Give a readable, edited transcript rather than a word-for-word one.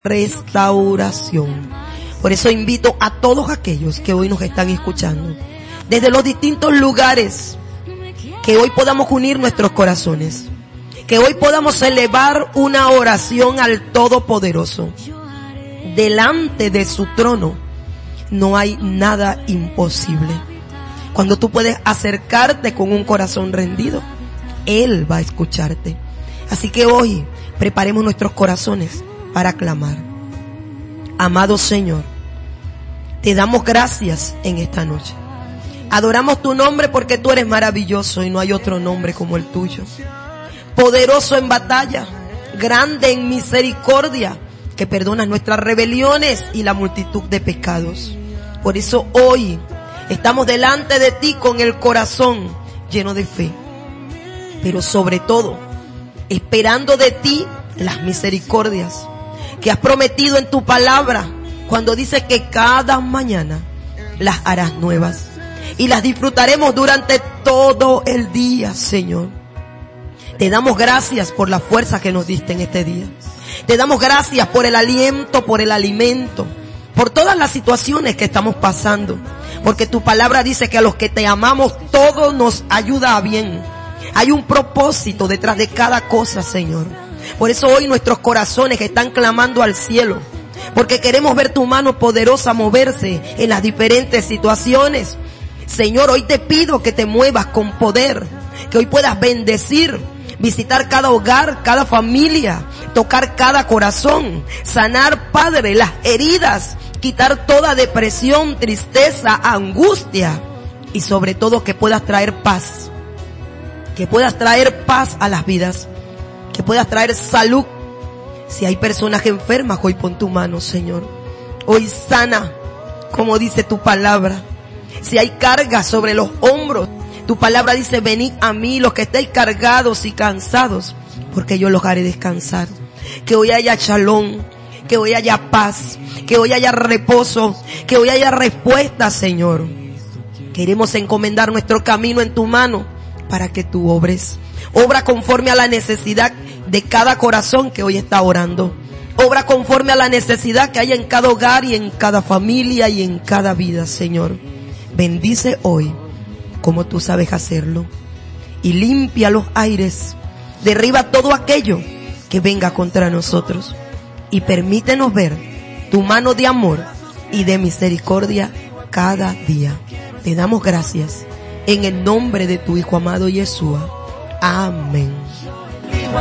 restauración. Por eso invito a todos aquellos que hoy nos están escuchando, desde los distintos lugares, que hoy podamos unir nuestros corazones, que hoy podamos elevar una oración al Todopoderoso. Delante de su trono no hay nada imposible. Cuando tú puedes acercarte con un corazón rendido, Él va a escucharte. Así que hoy preparemos nuestros corazones para clamar. Amado Señor, te damos gracias en esta noche. Adoramos tu nombre porque tú eres maravilloso y no hay otro nombre como el tuyo. Poderoso en batalla, grande en misericordia, que perdonas nuestras rebeliones y la multitud de pecados. Por eso hoy estamos delante de ti con el corazón lleno de fe, pero sobre todo esperando de ti las misericordias que has prometido en tu palabra, cuando dices que cada mañana las harás nuevas y las disfrutaremos durante todo el día, Señor. Te damos gracias por la fuerza que nos diste en este día. Te damos gracias por el aliento, por el alimento, por todas las situaciones que estamos pasando, porque tu palabra dice que a los que te amamos todo nos ayuda a bien. Hay un propósito detrás de cada cosa, Señor. Por eso hoy nuestros corazones están clamando al cielo, porque queremos ver tu mano poderosa moverse en las diferentes situaciones. Señor, hoy te pido que te muevas con poder, que hoy puedas bendecir, visitar cada hogar, cada familia, tocar cada corazón, sanar, Padre, las heridas, quitar toda depresión, tristeza, angustia, y sobre todo que puedas traer paz. Que puedas traer paz a las vidas, que puedas traer salud. Si hay personas enfermas, hoy pon tu mano, Señor. Hoy sana, como dice tu palabra. Si hay cargas sobre los hombros, tu palabra dice: venid a mí los que estéis cargados y cansados, porque yo los haré descansar. Que hoy haya shalom, que hoy haya paz, que hoy haya reposo, que hoy haya respuesta, Señor. Queremos encomendar nuestro camino en tu mano, para que tú obres. Obra conforme a la necesidad de cada corazón que hoy está orando. Obra conforme a la necesidad que hay en cada hogar y en cada familia y en cada vida, Señor. Bendice hoy como tú sabes hacerlo. Y limpia los aires. Derriba todo aquello que venga contra nosotros. Y permítenos ver tu mano de amor y de misericordia cada día. Te damos gracias. En el nombre de tu Hijo amado Yeshua. Amén.